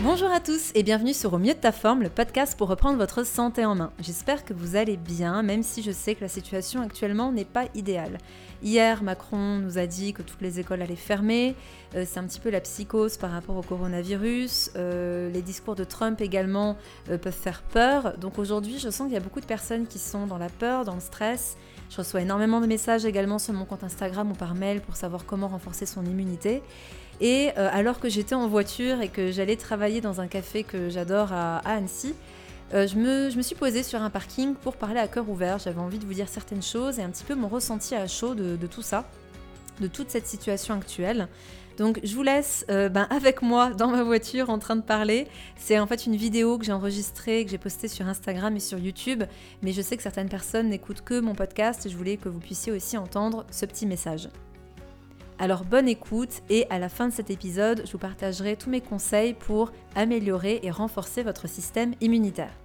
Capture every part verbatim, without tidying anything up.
Bonjour à tous et bienvenue sur Au mieux de ta forme, le podcast pour reprendre votre santé en main. J'espère que vous allez bien, même si je sais que la situation actuellement n'est pas idéale. Hier, Macron nous a dit que toutes les écoles allaient fermer. Euh, c'est un petit peu la psychose par rapport au coronavirus. Euh, les discours de Trump également euh, peuvent faire peur. Donc aujourd'hui, je sens qu'il y a beaucoup de personnes qui sont dans la peur, dans le stress. Je reçois énormément de messages également sur mon compte Instagram ou par mail pour savoir comment renforcer son immunité. Et euh, alors que j'étais en voiture et que j'allais travailler dans un café que j'adore à, à Annecy, euh, je, me, je me suis posée sur un parking pour parler à cœur ouvert. J'avais envie de vous dire certaines choses et un petit peu mon ressenti à chaud de, de tout ça, de toute cette situation actuelle. Donc je vous laisse euh, ben, avec moi dans ma voiture en train de parler. C'est en fait une vidéo que j'ai enregistrée, que j'ai postée sur Instagram et sur YouTube. Mais je sais que certaines personnes n'écoutent que mon podcast et je voulais que vous puissiez aussi entendre ce petit message. Alors bonne écoute et à la fin de cet épisode, je vous partagerai tous mes conseils pour améliorer et renforcer votre système immunitaire.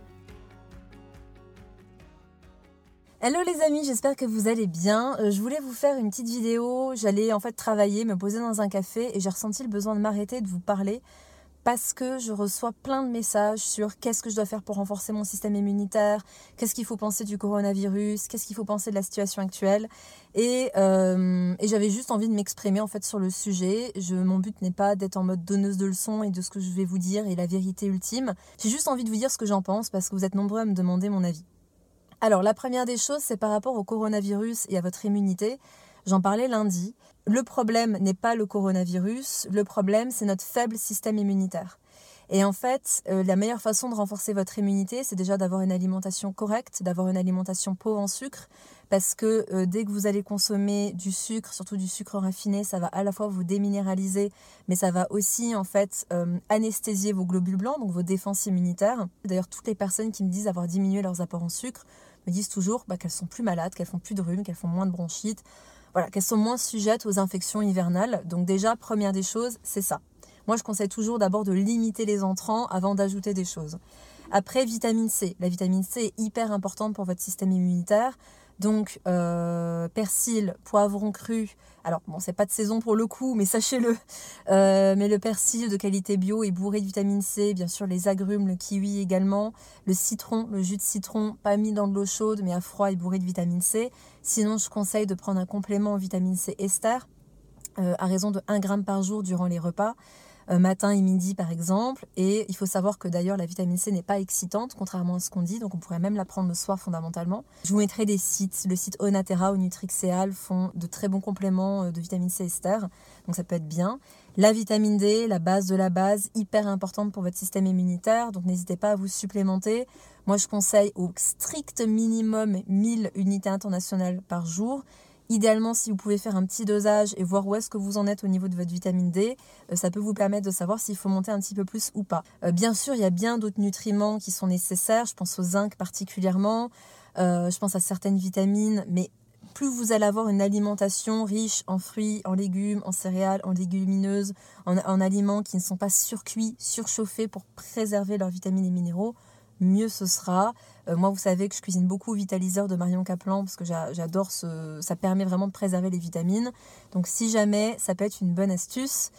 Hello les amis, j'espère que vous allez bien. Euh, je voulais vous faire une petite vidéo. J'allais en fait travailler, me poser dans un café et j'ai ressenti le besoin de m'arrêter, de vous parler parce que je reçois plein de messages sur qu'est-ce que je dois faire pour renforcer mon système immunitaire, qu'est-ce qu'il faut penser du coronavirus, qu'est-ce qu'il faut penser de la situation actuelle. Et, euh, et j'avais juste envie de m'exprimer en fait sur le sujet. Je, mon but n'est pas d'être en mode donneuse de leçons et de ce que je vais vous dire et la vérité ultime. J'ai juste envie de vous dire ce que j'en pense parce que vous êtes nombreux à me demander mon avis. Alors la première des choses, c'est par rapport au coronavirus et à votre immunité. J'en parlais lundi. Le problème n'est pas le coronavirus, le problème c'est notre faible système immunitaire. Et en fait, euh, la meilleure façon de renforcer votre immunité, c'est déjà d'avoir une alimentation correcte, d'avoir une alimentation pauvre en sucre, parce que euh, dès que vous allez consommer du sucre, surtout du sucre raffiné, ça va à la fois vous déminéraliser, mais ça va aussi en fait euh, anesthésier vos globules blancs, donc vos défenses immunitaires. D'ailleurs, toutes les personnes qui me disent avoir diminué leurs apports en sucre me disent toujours bah, qu'elles sont plus malades, qu'elles font plus de rhume, qu'elles font moins de bronchite. Voilà, qu'elles sont moins sujettes aux infections hivernales. Donc déjà, première des choses, c'est ça. Moi, je conseille toujours d'abord de limiter les entrants avant d'ajouter des choses. Après, vitamine C. La vitamine C est hyper importante pour votre système immunitaire. Donc, euh, persil, poivron cru. Alors, bon, c'est pas de saison pour le coup, mais sachez-le. Euh, mais le persil de qualité bio est bourré de vitamine C. Bien sûr, les agrumes, le kiwi également. Le citron, le jus de citron, pas mis dans de l'eau chaude, mais à froid, est bourré de vitamine C. Sinon, je conseille de prendre un complément en vitamine C ester euh, à raison de un gramme par jour durant les repas. Euh, matin et midi par exemple, et il faut savoir que d'ailleurs la vitamine C n'est pas excitante contrairement à ce qu'on dit, donc on pourrait même la prendre le soir fondamentalement. Je vous mettrai des sites, le site Onatera ou Nutrixeal font de très bons compléments de vitamine C ester, donc ça peut être bien. La vitamine D, la base de la base, hyper importante pour votre système immunitaire, donc n'hésitez pas à vous supplémenter. Moi je conseille au strict minimum mille unités internationales par jour. Idéalement, si vous pouvez faire un petit dosage et voir où est-ce que vous en êtes au niveau de votre vitamine D, euh, ça peut vous permettre de savoir s'il faut monter un petit peu plus ou pas. Euh, bien sûr, il y a bien d'autres nutriments qui sont nécessaires. Je pense au zinc particulièrement. Euh, je pense à certaines vitamines. Mais plus vous allez avoir une alimentation riche en fruits, en légumes, en céréales, en légumineuses, en, en aliments qui ne sont pas surcuits, surchauffés pour préserver leurs vitamines et minéraux, mieux ce sera. Euh, moi, vous savez que je cuisine beaucoup au Vitaliseur de Marion Caplan parce que j'a, j'adore ce... ça permet vraiment de préserver les vitamines. Donc, si jamais, ça peut être une bonne astuce.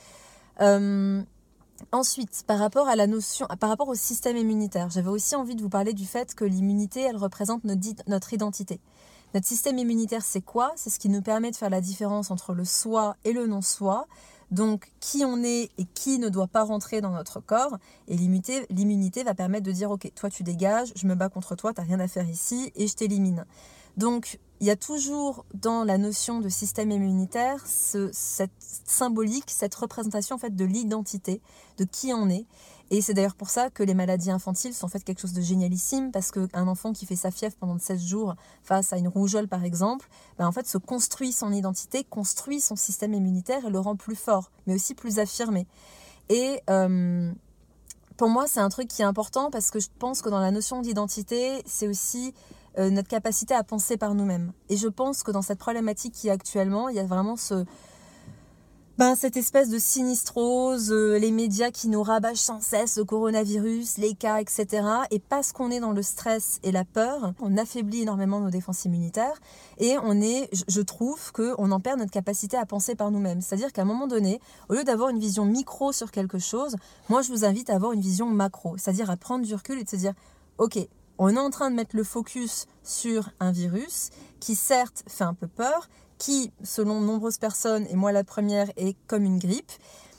Euh, ensuite, par rapport à la notion, par rapport au système immunitaire, j'avais aussi envie de vous parler du fait que l'immunité, elle représente notre, notre identité. Notre système immunitaire, c'est quoi ? C'est ce qui nous permet de faire la différence entre le soi et le non-soi. Donc, qui on est et qui ne doit pas rentrer dans notre corps. Et l'immunité, l'immunité va permettre de dire, ok, toi tu dégages, je me bats contre toi, t'as rien à faire ici et je t'élimine. Donc, il y a toujours dans la notion de système immunitaire ce, cette symbolique, cette représentation en fait de l'identité, de qui on est. Et c'est d'ailleurs pour ça que les maladies infantiles sont en fait quelque chose de génialissime, parce qu'un enfant qui fait sa fièvre pendant seize jours face à une rougeole par exemple, ben en fait se construit son identité, construit son système immunitaire et le rend plus fort, mais aussi plus affirmé. Et euh, pour moi c'est un truc qui est important parce que je pense que dans la notion d'identité, c'est aussi euh, notre capacité à penser par nous-mêmes. Et je pense que dans cette problématique qui est actuellement, il y a vraiment ce... Ben, cette espèce de sinistrose, euh, les médias qui nous rabâchent sans cesse le coronavirus, les cas, et cetera. Et parce qu'on est dans le stress et la peur, on affaiblit énormément nos défenses immunitaires et on est, je trouve qu'on en perd notre capacité à penser par nous-mêmes. C'est-à-dire qu'à un moment donné, au lieu d'avoir une vision micro sur quelque chose, moi je vous invite à avoir une vision macro, c'est-à-dire à prendre du recul et de se dire « Ok, on est en train de mettre le focus sur un virus qui certes fait un peu peur, qui, selon de nombreuses personnes, et moi la première, est comme une grippe,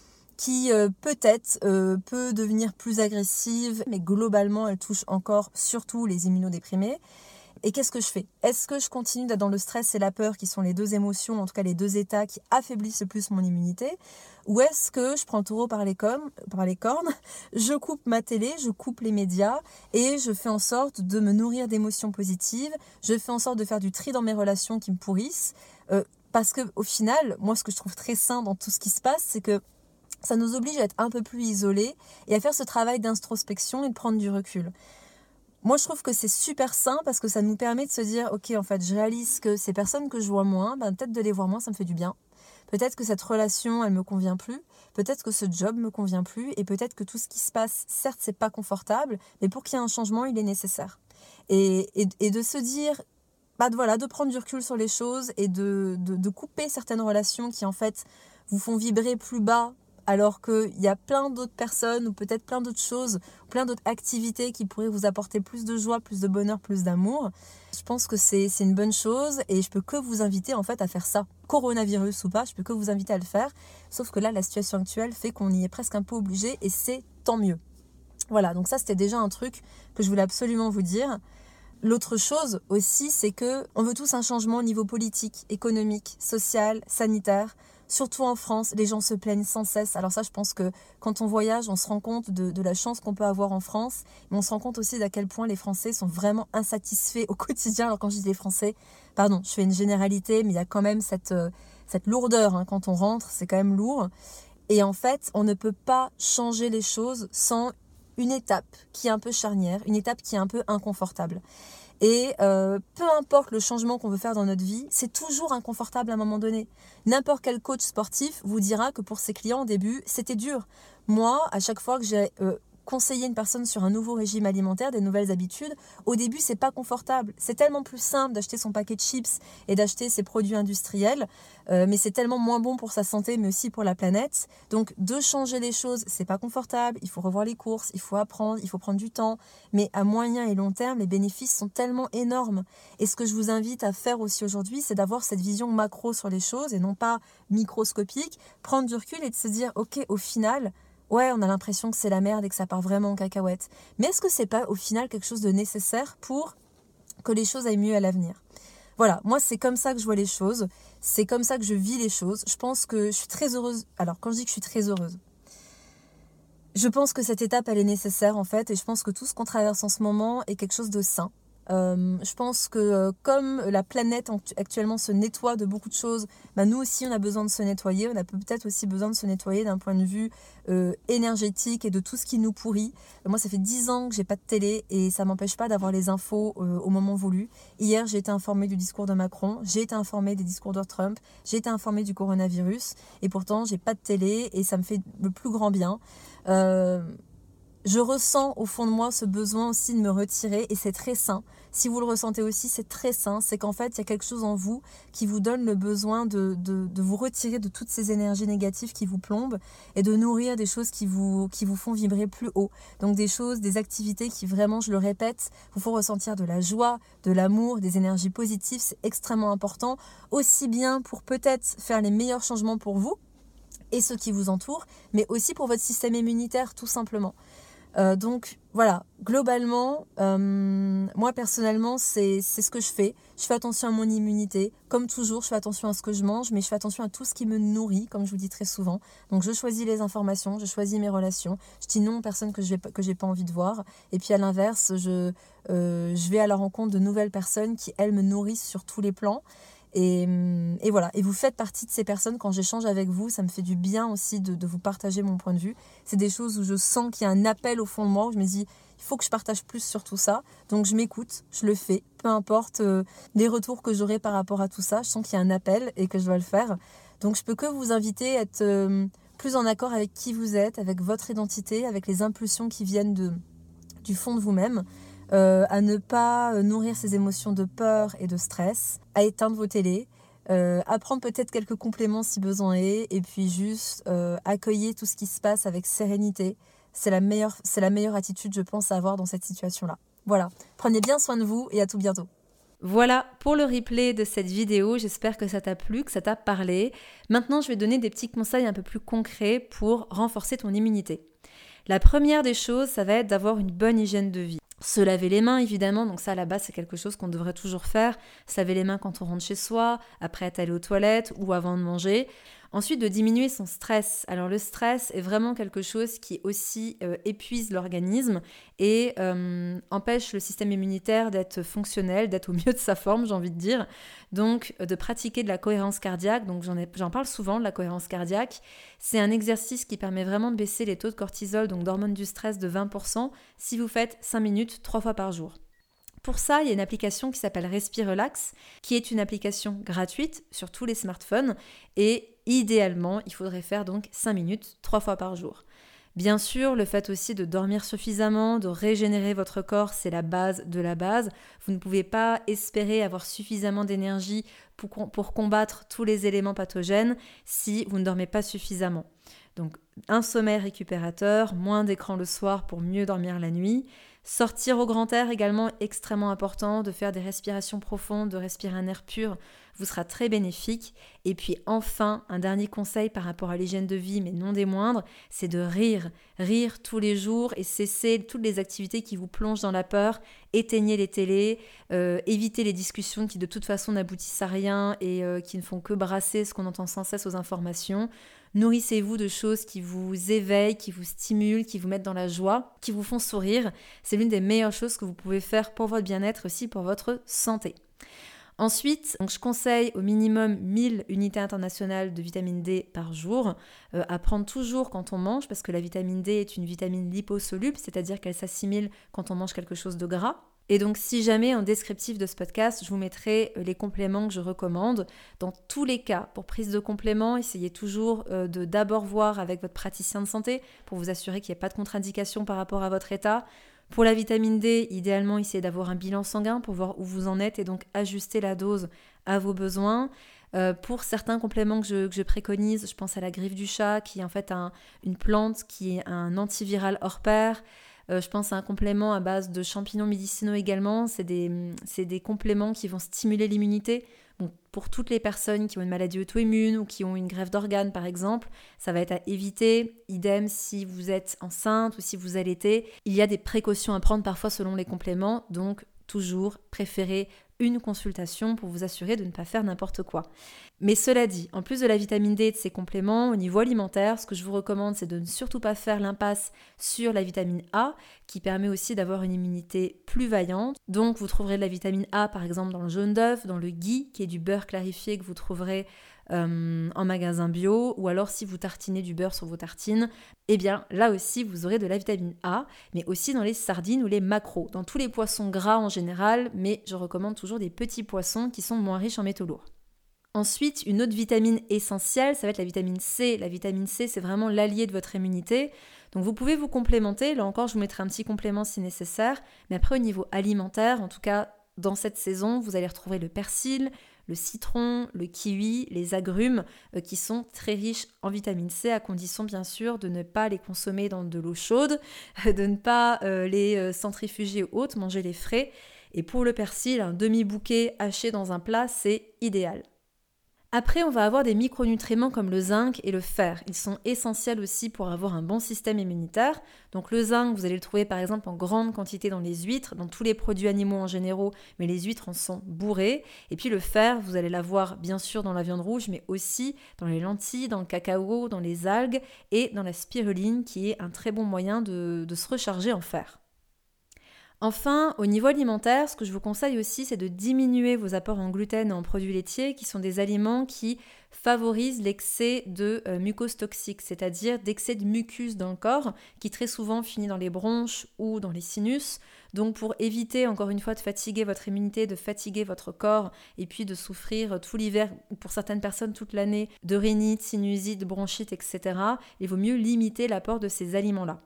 qui euh, peut-être euh, peut devenir plus agressive, mais globalement, elle touche encore surtout les immunodéprimés. Et qu'est-ce que je fais? Est-ce que je continue d'être dans le stress et la peur, qui sont les deux émotions, en tout cas les deux états qui affaiblissent le plus mon immunité? Ou est-ce que je prends le taureau par les, com- par les cornes, je coupe ma télé, je coupe les médias et je fais en sorte de me nourrir d'émotions positives, je fais en sorte de faire du tri dans mes relations qui me pourrissent, euh, parce qu'au final, moi ce que je trouve très sain dans tout ce qui se passe, c'est que ça nous oblige à être un peu plus isolés et à faire ce travail d'introspection et de prendre du recul. Moi, je trouve que c'est super sain parce que ça nous permet de se dire « Ok, en fait, je réalise que ces personnes que je vois moins, ben, peut-être de les voir moins, ça me fait du bien. Peut-être que cette relation, elle me convient plus. Peut-être que ce job me convient plus. Et peut-être que tout ce qui se passe, certes, c'est pas confortable, mais pour qu'il y ait un changement, il est nécessaire. » Et, et, et de se dire, bah, de, voilà, de prendre du recul sur les choses et de, de, de couper certaines relations qui, en fait, vous font vibrer plus bas, alors qu'il y a plein d'autres personnes ou peut-être plein d'autres choses, plein d'autres activités qui pourraient vous apporter plus de joie, plus de bonheur, plus d'amour. Je pense que c'est, c'est une bonne chose et je peux que vous inviter en fait à faire ça. Coronavirus ou pas, je peux que vous inviter à le faire. Sauf que là, la situation actuelle fait qu'on y est presque un peu obligé et c'est tant mieux. Voilà, donc ça c'était déjà un truc que je voulais absolument vous dire. L'autre chose aussi, c'est que on veut tous un changement au niveau politique, économique, social, sanitaire. Surtout en France, les gens se plaignent sans cesse. Alors ça, je pense que quand on voyage, on se rend compte de, de la chance qu'on peut avoir en France. Mais on se rend compte aussi d'à quel point les Français sont vraiment insatisfaits au quotidien. Alors quand je dis les Français, pardon, je fais une généralité, mais il y a quand même cette, euh, cette lourdeur. Hein, quand on rentre, c'est quand même lourd. Et en fait, on ne peut pas changer les choses sans une étape qui est un peu charnière, une étape qui est un peu inconfortable. Et euh, peu importe le changement qu'on veut faire dans notre vie, c'est toujours inconfortable à un moment donné. N'importe quel coach sportif vous dira que pour ses clients au début, c'était dur. Moi, à chaque fois que j'ai euh, conseillé une personne sur un nouveau régime alimentaire, des nouvelles habitudes, au début, c'est pas confortable. C'est tellement plus simple d'acheter son paquet de chips et d'acheter ses produits industriels, euh, mais c'est tellement moins bon pour sa santé, mais aussi pour la planète. Donc, de changer les choses, c'est pas confortable. Il faut revoir les courses, il faut apprendre, il faut prendre du temps. Mais à moyen et long terme, les bénéfices sont tellement énormes. Et ce que je vous invite à faire aussi aujourd'hui, c'est d'avoir cette vision macro sur les choses et non pas microscopique. Prendre du recul et de se dire, ok, au final, ouais, on a l'impression que c'est la merde et que ça part vraiment en cacahuète. Mais est-ce que c'est pas au final quelque chose de nécessaire pour que les choses aillent mieux à l'avenir ? Voilà, moi c'est comme ça que je vois les choses, c'est comme ça que je vis les choses. Je pense que je suis très heureuse. Alors quand je dis que je suis très heureuse, je pense que cette étape elle est nécessaire en fait et je pense que tout ce qu'on traverse en ce moment est quelque chose de sain. Euh, je pense que euh, comme la planète actuellement se nettoie de beaucoup de choses, bah, nous aussi on a besoin de se nettoyer, on a peut-être aussi besoin de se nettoyer d'un point de vue euh, énergétique et de tout ce qui nous pourrit. Euh, moi ça fait dix ans que j'ai pas de télé et ça m'empêche pas d'avoir les infos euh, au moment voulu. Hier j'ai été informée du discours de Macron, j'ai été informée des discours de Trump, j'ai été informée du coronavirus et pourtant j'ai pas de télé et ça me fait le plus grand bien. Euh, Je ressens au fond de moi ce besoin aussi de me retirer et c'est très sain. Si vous le ressentez aussi, c'est très sain. C'est qu'en fait, il y a quelque chose en vous qui vous donne le besoin de, de, de vous retirer de toutes ces énergies négatives qui vous plombent et de nourrir des choses qui vous, qui vous font vibrer plus haut. Donc des choses, des activités qui vraiment, je le répète, vous font ressentir de la joie, de l'amour, des énergies positives. C'est extrêmement important, aussi bien pour peut-être faire les meilleurs changements pour vous et ceux qui vous entourent, mais aussi pour votre système immunitaire tout simplement. Euh, donc voilà, globalement, euh, moi personnellement, c'est, c'est ce que je fais. Je fais attention à mon immunité. Comme toujours, je fais attention à ce que je mange, mais je fais attention à tout ce qui me nourrit, comme je vous dis très souvent. Donc je choisis les informations, je choisis mes relations. Je dis non aux personnes que je vais, que j'ai pas envie de voir. Et puis à l'inverse, je, euh, je vais à la rencontre de nouvelles personnes qui, elles, me nourrissent sur tous les plans. Et, et voilà, et vous faites partie de ces personnes quand j'échange avec vous, ça me fait du bien aussi de, de vous partager mon point de vue. C'est des choses où je sens qu'il y a un appel au fond de moi, où je me dis, il faut que je partage plus sur tout ça. Donc je m'écoute, je le fais, peu importe euh, les retours que j'aurai par rapport à tout ça, je sens qu'il y a un appel et que je dois le faire. Donc je peux que vous inviter à être euh, plus en accord avec qui vous êtes, avec votre identité, avec les impulsions qui viennent de, du fond de vous-même. Euh, à ne pas nourrir ces émotions de peur et de stress, à éteindre vos télés, euh, à prendre peut-être quelques compléments si besoin est, et puis juste euh, accueillir tout ce qui se passe avec sérénité. C'est la meilleure, c'est la meilleure attitude, je pense, à avoir dans cette situation-là. Voilà, prenez bien soin de vous et à tout bientôt. Voilà pour le replay de cette vidéo, j'espère que ça t'a plu, que ça t'a parlé. Maintenant, je vais donner des petits conseils un peu plus concrets pour renforcer ton immunité. La première des choses, ça va être d'avoir une bonne hygiène de vie. Se laver les mains, évidemment, donc ça à la base c'est quelque chose qu'on devrait toujours faire. Se laver les mains quand on rentre chez soi, après être allé aux toilettes ou avant de manger. Ensuite, de diminuer son stress. Alors le stress est vraiment quelque chose qui aussi euh, épuise l'organisme et euh, empêche le système immunitaire d'être fonctionnel, d'être au mieux de sa forme, j'ai envie de dire. Donc euh, de pratiquer de la cohérence cardiaque, donc j'en, ai, j'en parle souvent de la cohérence cardiaque. C'est un exercice qui permet vraiment de baisser les taux de cortisol, donc d'hormones du stress de vingt pour cent si vous faites cinq minutes trois fois par jour. Pour ça, il y a une application qui s'appelle Respirelax, qui est une application gratuite sur tous les smartphones et idéalement, il faudrait faire donc cinq minutes trois fois par jour. Bien sûr, le fait aussi de dormir suffisamment, de régénérer votre corps, c'est la base de la base. Vous ne pouvez pas espérer avoir suffisamment d'énergie pour, pour combattre tous les éléments pathogènes si vous ne dormez pas suffisamment. Donc, un sommeil récupérateur, moins d'écran le soir pour mieux dormir la nuit. Sortir au grand air également extrêmement important, de faire des respirations profondes, de respirer un air pur, vous sera très bénéfique. Et puis enfin, un dernier conseil par rapport à l'hygiène de vie, mais non des moindres, c'est de rire. Rire tous les jours et cesser toutes les activités qui vous plongent dans la peur. Éteignez les télés, euh, évitez les discussions qui de toute façon n'aboutissent à rien et euh, qui ne font que brasser ce qu'on entend sans cesse aux informations. Nourrissez-vous de choses qui vous éveillent, qui vous stimulent, qui vous mettent dans la joie, qui vous font sourire. C'est l'une des meilleures choses que vous pouvez faire pour votre bien-être, aussi pour votre santé. Ensuite, donc je conseille au minimum mille unités internationales de vitamine D par jour, euh, à prendre toujours quand on mange, parce que la vitamine D est une vitamine liposoluble, c'est-à-dire qu'elle s'assimile quand on mange quelque chose de gras. Et donc, si jamais en descriptif de ce podcast, je vous mettrai les compléments que je recommande. Dans tous les cas, pour prise de compléments, essayez toujours euh, de d'abord voir avec votre praticien de santé pour vous assurer qu'il n'y ait pas de contre-indication par rapport à votre état. Pour la vitamine D, idéalement, essayez d'avoir un bilan sanguin pour voir où vous en êtes et donc ajuster la dose à vos besoins. Euh, pour certains compléments que je, que je préconise, je pense à la griffe du chat, qui est en fait un, une plante qui est un antiviral hors pair. Euh, je pense à un complément à base de champignons médicinaux également. C'est des, c'est des compléments qui vont stimuler l'immunité. Donc, pour toutes les personnes qui ont une maladie auto-immune ou qui ont une greffe d'organes, par exemple, ça va être à éviter. Idem si vous êtes enceinte ou si vous allaitez. Il y a des précautions à prendre parfois selon les compléments. Donc, toujours préférez une consultation pour vous assurer de ne pas faire n'importe quoi. Mais cela dit, en plus de la vitamine D et de ses compléments, au niveau alimentaire, ce que je vous recommande, c'est de ne surtout pas faire l'impasse sur la vitamine A, qui permet aussi d'avoir une immunité plus vaillante. Donc, vous trouverez de la vitamine A, par exemple, dans le jaune d'œuf, dans le ghee, qui est du beurre clarifié que vous trouverez euh, en magasin bio, ou alors si vous tartinez du beurre sur vos tartines, eh bien, là aussi, vous aurez de la vitamine A, mais aussi dans les sardines ou les maquereaux, dans tous les poissons gras en général, mais je recommande toujours des petits poissons qui sont moins riches en métaux lourds. Ensuite, une autre vitamine essentielle, ça va être la vitamine C. La vitamine C, c'est vraiment l'allié de votre immunité. Donc vous pouvez vous complémenter. Là encore, je vous mettrai un petit complément si nécessaire. Mais après, au niveau alimentaire, en tout cas dans cette saison, vous allez retrouver le persil, le citron, le kiwi, les agrumes euh, qui sont très riches en vitamine C, à condition bien sûr de ne pas les consommer dans de l'eau chaude, de ne pas euh, les euh, centrifuger ou autres, manger les frais. Et pour le persil, un demi-bouquet haché dans un plat, c'est idéal. Après, on va avoir des micronutriments comme le zinc et le fer. Ils sont essentiels aussi pour avoir un bon système immunitaire. Donc le zinc, vous allez le trouver par exemple en grande quantité dans les huîtres, dans tous les produits animaux en général, mais les huîtres en sont bourrées. Et puis le fer, vous allez l'avoir bien sûr dans la viande rouge, mais aussi dans les lentilles, dans le cacao, dans les algues et dans la spiruline, qui est un très bon moyen de, de se recharger en fer. Enfin, au niveau alimentaire, ce que je vous conseille aussi, c'est de diminuer vos apports en gluten et en produits laitiers, qui sont des aliments qui favorisent l'excès de euh, mucose toxique, c'est-à-dire d'excès de mucus dans le corps, qui très souvent finit dans les bronches ou dans les sinus. Donc pour éviter encore une fois de fatiguer votre immunité, de fatiguer votre corps et puis de souffrir tout l'hiver, ou pour certaines personnes toute l'année, de rhinite, sinusite, bronchite, et cetera, il vaut mieux limiter l'apport de ces aliments-là.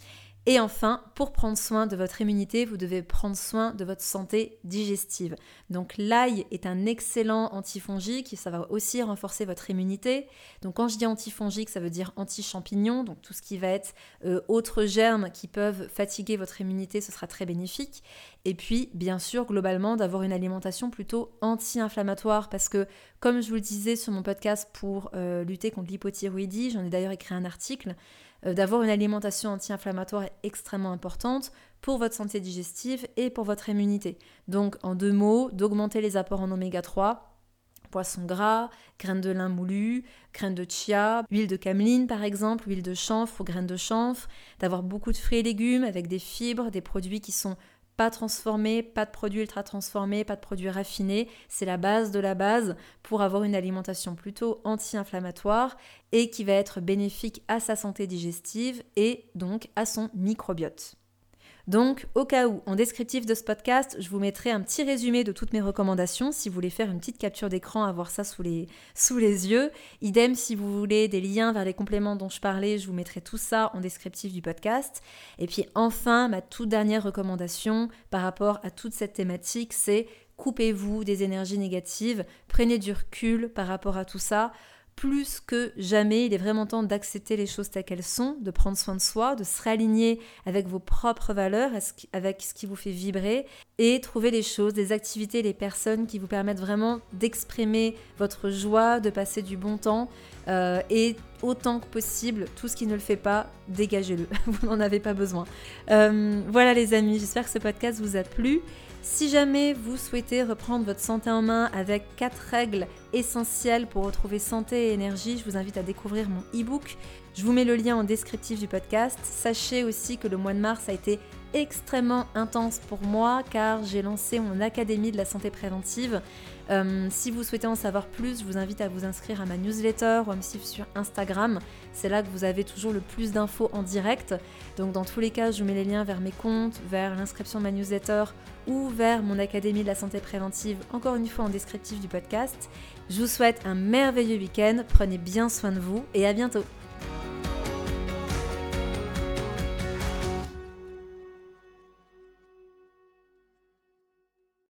Et enfin, pour prendre soin de votre immunité, vous devez prendre soin de votre santé digestive. Donc l'ail est un excellent antifongique, ça va aussi renforcer votre immunité. Donc quand je dis antifongique, ça veut dire anti-champignon, donc tout ce qui va être euh, autres germes qui peuvent fatiguer votre immunité, ce sera très bénéfique. Et puis, bien sûr, globalement, d'avoir une alimentation plutôt anti-inflammatoire, parce que, comme je vous le disais sur mon podcast pour euh, lutter contre l'hypothyroïdie, j'en ai d'ailleurs écrit un article, euh, d'avoir une alimentation anti-inflammatoire est extrêmement importante pour votre santé digestive et pour votre immunité. Donc, en deux mots, d'augmenter les apports en oméga trois, poisson gras, graines de lin moulues, graines de chia, huile de cameline par exemple, huile de chanvre ou graines de chanvre, d'avoir beaucoup de fruits et légumes avec des fibres, des produits qui sont pas transformés, pas de produits ultra transformés, pas de produits raffinés. C'est la base de la base pour avoir une alimentation plutôt anti-inflammatoire et qui va être bénéfique à sa santé digestive et donc à son microbiote. Donc, au cas où, en descriptif de ce podcast, je vous mettrai un petit résumé de toutes mes recommandations si vous voulez faire une petite capture d'écran, avoir ça sous les, sous les yeux. Idem, si vous voulez des liens vers les compléments dont je parlais, je vous mettrai tout ça en descriptif du podcast. Et puis enfin, ma toute dernière recommandation par rapport à toute cette thématique, c'est coupez-vous des énergies négatives, prenez du recul par rapport à tout ça. Plus que jamais, il est vraiment temps d'accepter les choses telles qu'elles sont, de prendre soin de soi, de se réaligner avec vos propres valeurs, avec ce qui vous fait vibrer et trouver les choses, les activités, les personnes qui vous permettent vraiment d'exprimer votre joie, de passer du bon temps euh, et autant que possible, tout ce qui ne le fait pas, dégagez-le, vous n'en avez pas besoin. Euh, voilà les amis, j'espère que ce podcast vous a plu. Si jamais vous souhaitez reprendre votre santé en main avec quatre règles essentielles pour retrouver santé et énergie, je vous invite à découvrir mon e-book. Je vous mets le lien en descriptif du podcast. Sachez aussi que le mois de mars a été extrêmement intense pour moi car j'ai lancé mon Académie de la santé préventive. Euh, si vous souhaitez en savoir plus, je vous invite à vous inscrire à ma newsletter ou à me suivre sur Instagram. C'est là que vous avez toujours le plus d'infos en direct. Donc dans tous les cas, je vous mets les liens vers mes comptes, vers l'inscription de ma newsletter ou vers mon Académie de la santé préventive, encore une fois en descriptif du podcast. Je vous souhaite un merveilleux week-end, prenez bien soin de vous et à bientôt.